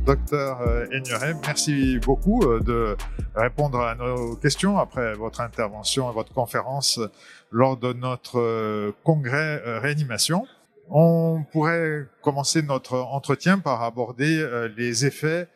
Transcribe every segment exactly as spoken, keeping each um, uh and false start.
Docteur Aigneret, merci beaucoup de répondre à nos questions après votre intervention et votre conférence lors de notre congrès réanimation. On pourrait commencer notre entretien par aborder les effets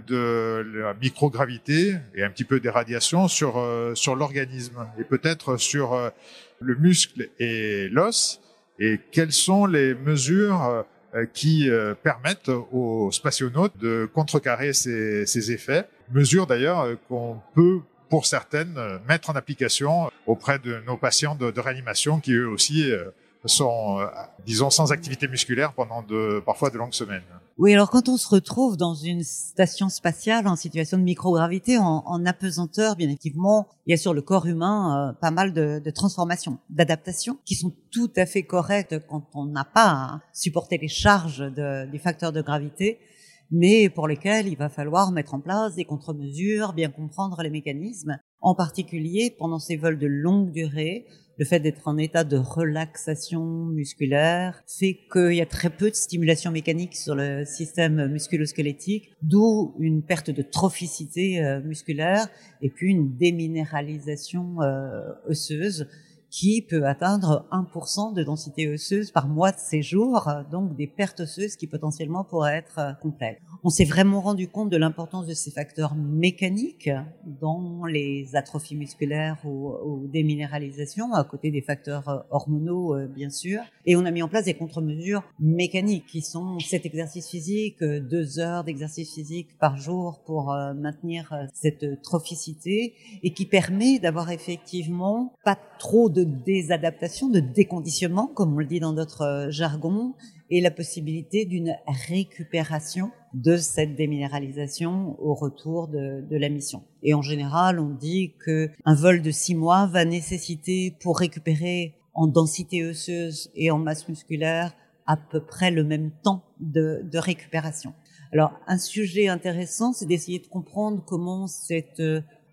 de la microgravité et un petit peu des radiations sur, sur l'organisme et peut-être sur le muscle et l'os, et quelles sont les mesures qui euh, permettent aux spationautes de contrecarrer ces, ces effets. Mesures d'ailleurs euh, qu'on peut, pour certaines, euh, mettre en application auprès de nos patients de, de réanimation qui eux aussi euh, sont, euh, disons, sans activité musculaire pendant de, parfois de longues semaines. Oui, alors quand on se retrouve dans une station spatiale en situation de microgravité, en, en apesanteur, bien évidemment, il y a sur le corps humain euh, pas mal de, de transformations, d'adaptations qui sont tout à fait correctes quand on n'a pas à supporter les charges de, des facteurs de gravité, mais pour lesquels il va falloir mettre en place des contre-mesures, bien comprendre les mécanismes, en particulier pendant ces vols de longue durée. Le fait d'être en état de relaxation musculaire fait qu'il y a très peu de stimulation mécanique sur le système musculo-squelettique, d'où une perte de trophicité euh, musculaire et puis une déminéralisation euh, osseuse qui peut atteindre un pour cent de densité osseuse par mois de séjour, donc des pertes osseuses qui potentiellement pourraient être complètes. On s'est vraiment rendu compte de l'importance de ces facteurs mécaniques dans les atrophies musculaires ou, ou déminéralisations, à côté des facteurs hormonaux, bien sûr. Et on a mis en place des contre-mesures mécaniques qui sont cet exercice physique, deux heures d'exercice physique par jour pour maintenir cette trophicité et qui permet d'avoir effectivement pas trop de désadaptation, de déconditionnement, comme on le dit dans notre jargon, et la possibilité d'une récupération de cette déminéralisation au retour de, de la mission. Et en général, on dit qu'un vol de six mois va nécessiter, pour récupérer en densité osseuse et en masse musculaire, à peu près le même temps de, de récupération. Alors, un sujet intéressant, c'est d'essayer de comprendre comment cette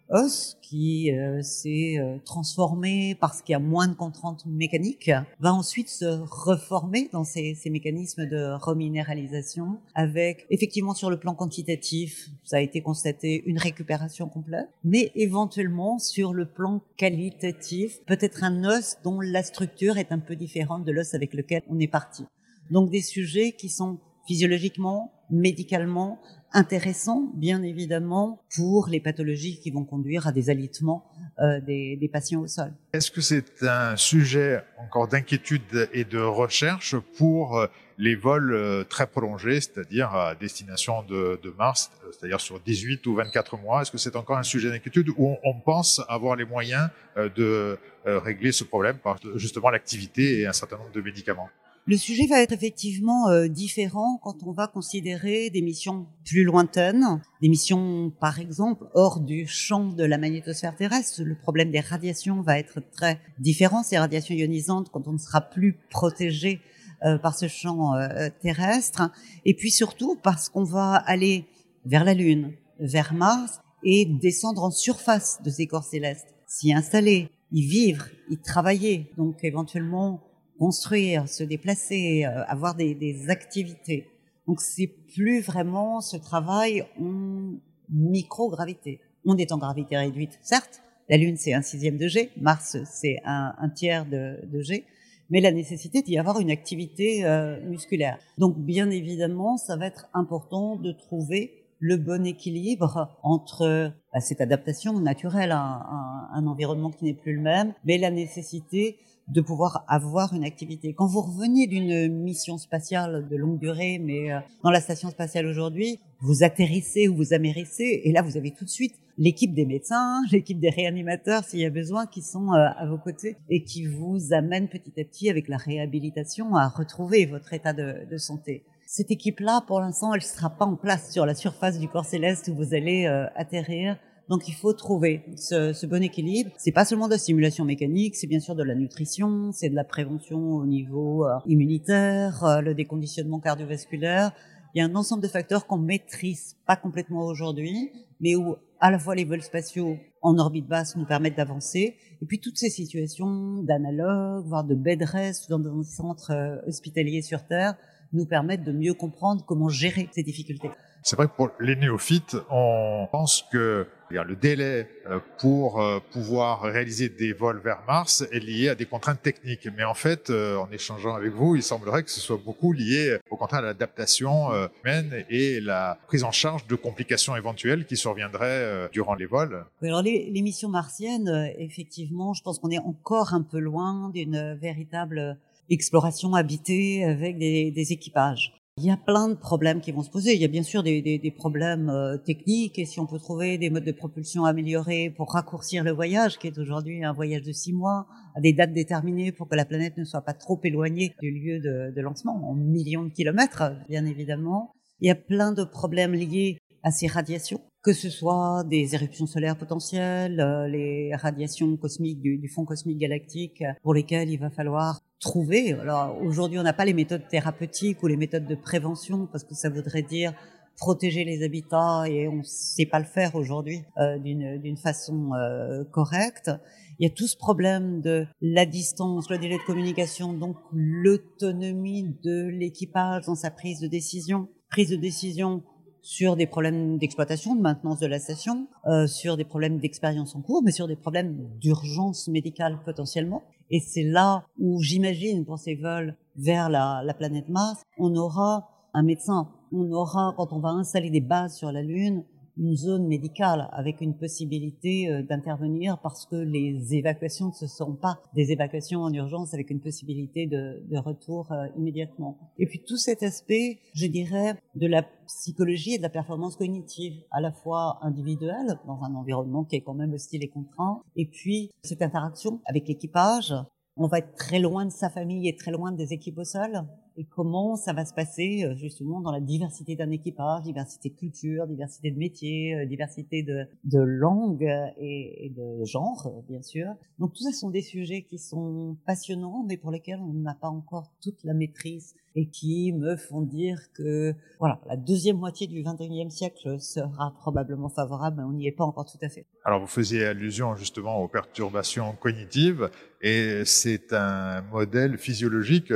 os qui euh, s'est euh, transformé parce qu'il y a moins de contraintes mécaniques va ensuite se reformer dans ces, ces mécanismes de reminéralisation avec effectivement sur le plan quantitatif, ça a été constaté, une récupération complète, mais éventuellement sur le plan qualitatif, peut-être un os dont la structure est un peu différente de l'os avec lequel on est parti. Donc des sujets qui sont physiologiquement, médicalement, intéressant, bien évidemment, pour les pathologies qui vont conduire à des alitements euh, des, des patients au sol. Est-ce que c'est un sujet encore d'inquiétude et de recherche pour les vols très prolongés, c'est-à-dire à destination de, de Mars, c'est-à-dire sur dix-huit ou vingt-quatre mois? Est-ce que c'est encore un sujet d'inquiétude où on, on pense avoir les moyens de régler ce problème par justement l'activité et un certain nombre de médicaments? Le sujet va être effectivement euh, différent quand on va considérer des missions plus lointaines, des missions par exemple hors du champ de la magnétosphère terrestre. Le problème des radiations va être très différent, ces radiations ionisantes, quand on ne sera plus protégé euh, par ce champ euh, terrestre. Et puis surtout parce qu'on va aller vers la Lune, vers Mars et descendre en surface de ces corps célestes, s'y installer, y vivre, y travailler, donc éventuellement construire, se déplacer, euh, avoir des, des activités. Donc c'est plus vraiment ce travail en microgravité. On est en gravité réduite, certes. La Lune c'est un sixième de G, Mars c'est un, un tiers de, de G, mais la nécessité d'y avoir une activité euh, musculaire. Donc bien évidemment, ça va être important de trouver le bon équilibre entre bah, cette adaptation naturelle à un, un, un environnement qui n'est plus le même, mais la nécessité de pouvoir avoir une activité. Quand vous revenez d'une mission spatiale de longue durée, mais dans la station spatiale aujourd'hui, vous atterrissez ou vous amérissez, et là vous avez tout de suite l'équipe des médecins, l'équipe des réanimateurs s'il y a besoin, qui sont à vos côtés et qui vous amènent petit à petit avec la réhabilitation à retrouver votre état de, de santé. Cette équipe-là, pour l'instant, elle ne sera pas en place sur la surface du corps céleste où vous allez euh, atterrir. Donc, il faut trouver ce, ce bon équilibre. C'est pas seulement de la stimulation mécanique, c'est bien sûr de la nutrition, c'est de la prévention au niveau euh, immunitaire, euh, le déconditionnement cardiovasculaire. Il y a un ensemble de facteurs qu'on maîtrise pas complètement aujourd'hui, mais où à la fois les vols spatiaux en orbite basse nous permettent d'avancer, et puis toutes ces situations d'analogue, voire de bed rest dans des centres euh, hospitaliers sur Terre, nous permettent de mieux comprendre comment gérer ces difficultés. C'est vrai que pour les néophytes, on pense que le délai pour pouvoir réaliser des vols vers Mars est lié à des contraintes techniques. Mais en fait, en échangeant avec vous, il semblerait que ce soit beaucoup lié au contraire à l'adaptation humaine et la prise en charge de complications éventuelles qui surviendraient durant les vols. Oui, alors les, les missions martiennes, effectivement, je pense qu'on est encore un peu loin d'une véritable exploration habitée avec des, des équipages. Il y a plein de problèmes qui vont se poser. Il y a bien sûr des, des, des problèmes euh, techniques, et si on peut trouver des modes de propulsion améliorés pour raccourcir le voyage, qui est aujourd'hui un voyage de six mois, à des dates déterminées pour que la planète ne soit pas trop éloignée du lieu de, de lancement, en millions de kilomètres, bien évidemment. Il y a plein de problèmes liés à ces radiations, que ce soit des éruptions solaires potentielles, euh, les radiations cosmiques du, du fond cosmique galactique, pour lesquelles il va falloir trouver. Alors aujourd'hui, on n'a pas les méthodes thérapeutiques ou les méthodes de prévention, parce que ça voudrait dire protéger les habitats, et on ne sait pas le faire aujourd'hui euh, d'une, d'une façon euh, correcte. Il y a tout ce problème de la distance, le délai de communication, donc l'autonomie de l'équipage dans sa prise de décision. Prise de décision sur des problèmes d'exploitation, de maintenance de la station, euh, sur des problèmes d'expérience en cours, mais sur des problèmes d'urgence médicale potentiellement. Et c'est là où j'imagine, pour ces vols vers la, la planète Mars, on aura un médecin, on aura, quand on va installer des bases sur la Lune, une zone médicale avec une possibilité euh, d'intervenir, parce que les évacuations ne se sont pas des évacuations en urgence avec une possibilité de, de retour euh, immédiatement. Et puis tout cet aspect, je dirais, de la psychologie et de la performance cognitive, à la fois individuelle, dans un environnement qui est quand même hostile et contraint, et puis cette interaction avec l'équipage. On va être très loin de sa famille et très loin des équipes au sol. Et comment ça va se passer justement dans la diversité d'un équipage, diversité de culture, diversité de métiers, diversité de, de langues et, et de genres, bien sûr. Donc tout ça sont des sujets qui sont passionnants, mais pour lesquels on n'a pas encore toute la maîtrise, et qui me font dire que voilà, la deuxième moitié du vingt et unième siècle sera probablement favorable, mais on n'y est pas encore tout à fait. Alors vous faisiez allusion justement aux perturbations cognitives, et c'est un modèle physiologique,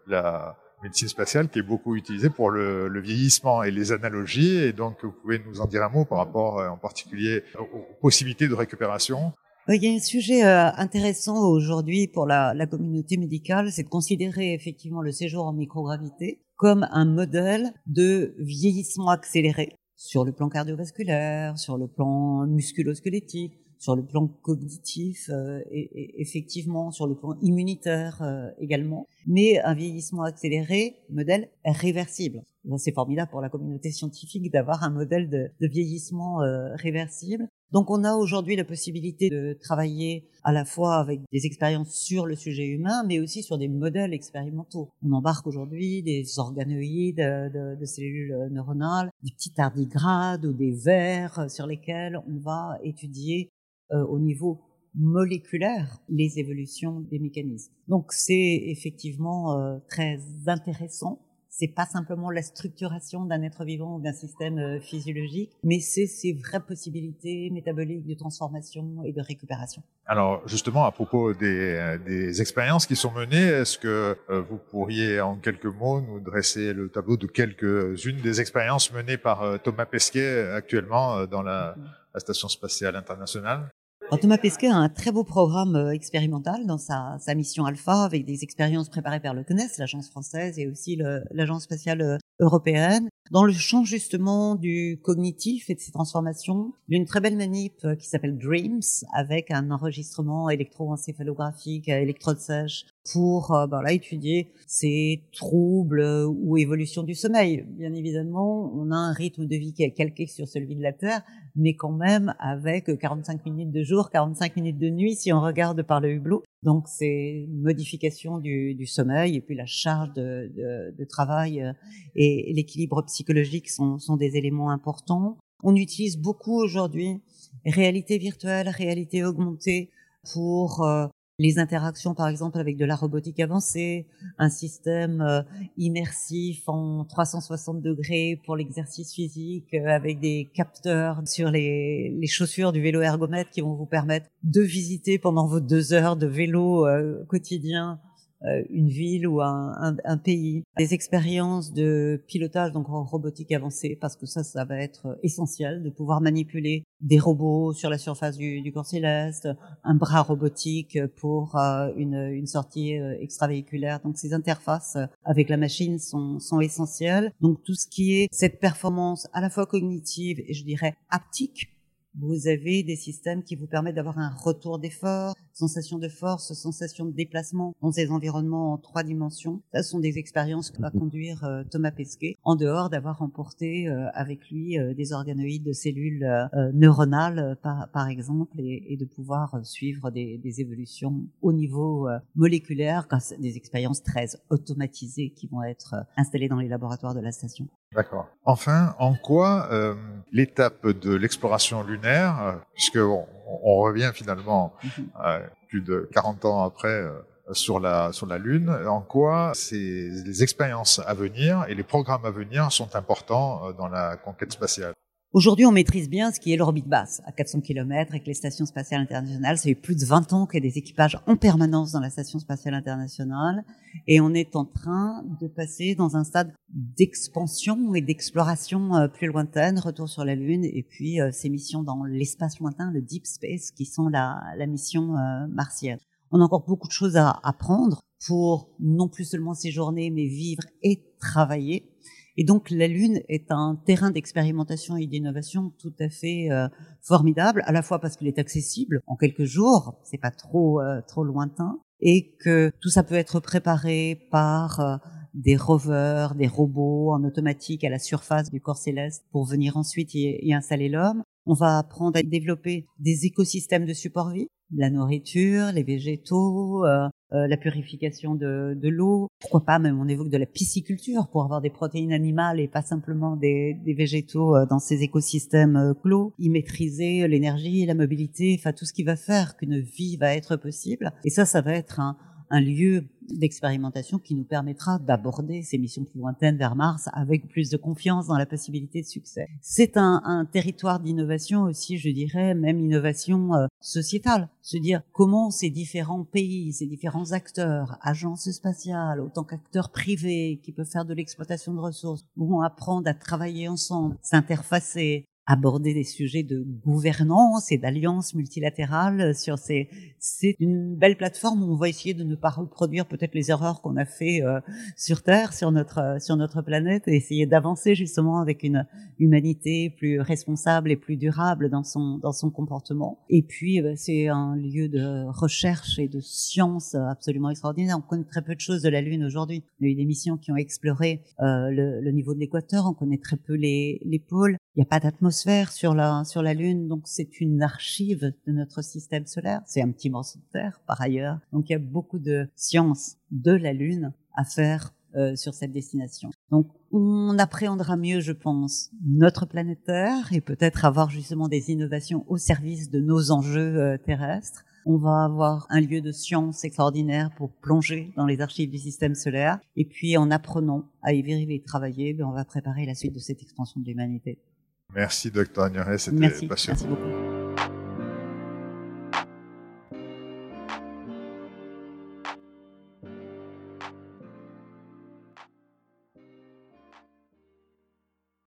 la médecine spatiale, qui est beaucoup utilisée pour le, le vieillissement et les analogies, et donc vous pouvez nous en dire un mot par rapport en particulier aux possibilités de récupération. Il y a un sujet euh, intéressant aujourd'hui pour la, la communauté médicale, c'est de considérer effectivement le séjour en microgravité comme un modèle de vieillissement accéléré sur le plan cardiovasculaire, sur le plan musculo-squelettique, sur le plan cognitif, euh, et, et effectivement sur le plan immunitaire euh, également, mais un vieillissement accéléré, modèle réversible. C'est formidable pour la communauté scientifique d'avoir un modèle de, de vieillissement euh, réversible. Donc on a aujourd'hui la possibilité de travailler à la fois avec des expériences sur le sujet humain, mais aussi sur des modèles expérimentaux. On embarque aujourd'hui des organoïdes de, de cellules neuronales, des petits tardigrades ou des vers sur lesquels on va étudier euh, au niveau moléculaire les évolutions des mécanismes. Donc c'est effectivement euh, très intéressant. C'est pas simplement la structuration d'un être vivant ou d'un système physiologique, mais c'est ces vraies possibilités métaboliques de transformation et de récupération. Alors justement, à propos des, des expériences qui sont menées, est-ce que euh, vous pourriez en quelques mots nous dresser le tableau de quelques-unes des expériences menées par euh, Thomas Pesquet actuellement euh, dans la, la Station spatiale internationale ? Alors, Thomas Pesquet a un très beau programme euh, expérimental dans sa, sa mission Alpha, avec des expériences préparées par le C N E S, l'agence française, et aussi le, l'agence spatiale euh, européenne, dans le champ justement du cognitif et de ses transformations. Il y a une très belle manip euh, qui s'appelle Dreams, avec un enregistrement électroencéphalographique à électrode sèche pour euh, ben là, étudier ces troubles euh, ou évolutions du sommeil. Bien évidemment, on a un rythme de vie qui est calqué sur celui de la Terre, mais quand même avec quarante-cinq minutes de jour, quarante-cinq minutes de nuit, si on regarde par le hublot. Donc, c'est une modification du, du sommeil, et puis la charge de, de, de travail et, et l'équilibre psychologique sont, sont des éléments importants. On utilise beaucoup aujourd'hui réalité virtuelle, réalité augmentée pour euh, les interactions, par exemple, avec de la robotique avancée, un système euh, immersif en trois cent soixante degrés pour l'exercice physique, euh, avec des capteurs sur les, les chaussures du vélo ergomètre qui vont vous permettre de visiter pendant vos deux heures de vélo euh, quotidien euh, une ville ou un, un, un pays. Des expériences de pilotage donc en robotique avancée, parce que ça, ça va être essentiel de pouvoir manipuler des robots sur la surface du, du corps céleste, un bras robotique pour euh, une, une sortie euh, extravéhiculaire. Donc ces interfaces avec la machine sont, sont essentielles. Donc tout ce qui est cette performance à la fois cognitive et je dirais haptique. Vous avez des systèmes qui vous permettent d'avoir un retour d'effort, sensation de force, sensation de déplacement dans ces environnements en trois dimensions. Ça sont des expériences que va conduire euh, Thomas Pesquet, en dehors d'avoir remporté euh, avec lui euh, des organoïdes de cellules euh, neuronales, euh, par, par exemple, et, et de pouvoir euh, suivre des, des évolutions au niveau euh, moléculaire grâce à des expériences très automatisées qui vont être euh, installées dans les laboratoires de la station. D'accord. Enfin, en quoi euh, l'étape de l'exploration lunaire, euh, puisque on, on revient finalement euh, plus de quarante ans après euh, sur la sur la Lune, en quoi ces les expériences à venir et les programmes à venir sont importants euh, dans la conquête spatiale? Aujourd'hui, on maîtrise bien ce qui est l'orbite basse, à quatre cents kilomètres, avec les stations spatiales internationales. Ça fait plus de vingt ans qu'il y a des équipages en permanence dans la station spatiale internationale. Et on est en train de passer dans un stade d'expansion et d'exploration euh, plus lointaine, retour sur la Lune, et puis euh, ces missions dans l'espace lointain, le Deep Space, qui sont la, la mission euh, martienne. On a encore beaucoup de choses à apprendre pour non plus seulement séjourner, mais vivre et travailler. Et donc la Lune est un terrain d'expérimentation et d'innovation tout à fait euh, formidable, à la fois parce qu'il est accessible en quelques jours, c'est pas trop euh, trop lointain, et que tout ça peut être préparé par euh, des rovers, des robots en automatique à la surface du corps céleste pour venir ensuite y, y installer l'homme. On va apprendre à développer des écosystèmes de support vie, la nourriture, les végétaux, euh, euh, la purification de, de l'eau. Pourquoi pas même on évoque de la pisciculture pour avoir des protéines animales et pas simplement des, des végétaux euh, dans ces écosystèmes euh, clos. Y maîtriser l'énergie, la mobilité, enfin tout ce qui va faire qu'une vie va être possible. Et ça, ça va être un, un lieu d'expérimentation qui nous permettra d'aborder ces missions plus lointaines vers Mars avec plus de confiance dans la possibilité de succès. C'est un, un territoire d'innovation aussi, je dirais, même innovation euh, sociétale. Se dire comment ces différents pays, ces différents acteurs, agences spatiales, autant qu'acteurs privés qui peuvent faire de l'exploitation de ressources, vont apprendre à travailler ensemble, s'interfacer, aborder des sujets de gouvernance et d'alliances multilatérales sur ces, c'est une belle plateforme où on va essayer de ne pas reproduire peut-être les erreurs qu'on a fait euh, sur Terre, sur notre, euh, sur notre planète, et essayer d'avancer justement avec une humanité plus responsable et plus durable dans son, dans son comportement. Et puis, euh, c'est un lieu de recherche et de science absolument extraordinaire. On connaît très peu de choses de la Lune aujourd'hui. Il y a eu des missions qui ont exploré euh, le, le niveau de l'équateur, on connaît très peu les, les pôles. Il n'y a pas d'atmosphère sur la, sur la Lune, donc c'est une archive de notre système solaire. C'est un petit morceau de terre, par ailleurs. Donc il y a beaucoup de sciences de la Lune à faire euh, sur cette destination. Donc on appréhendera mieux, je pense, notre planète Terre et peut-être avoir justement des innovations au service de nos enjeux euh, terrestres. On va avoir un lieu de science extraordinaire pour plonger dans les archives du système solaire. Et puis, en apprenant à y vivre et travailler, ben, on va préparer la suite de cette expansion de l'humanité. Merci, docteur Agnoret, c'était Merci, passionnant. merci beaucoup.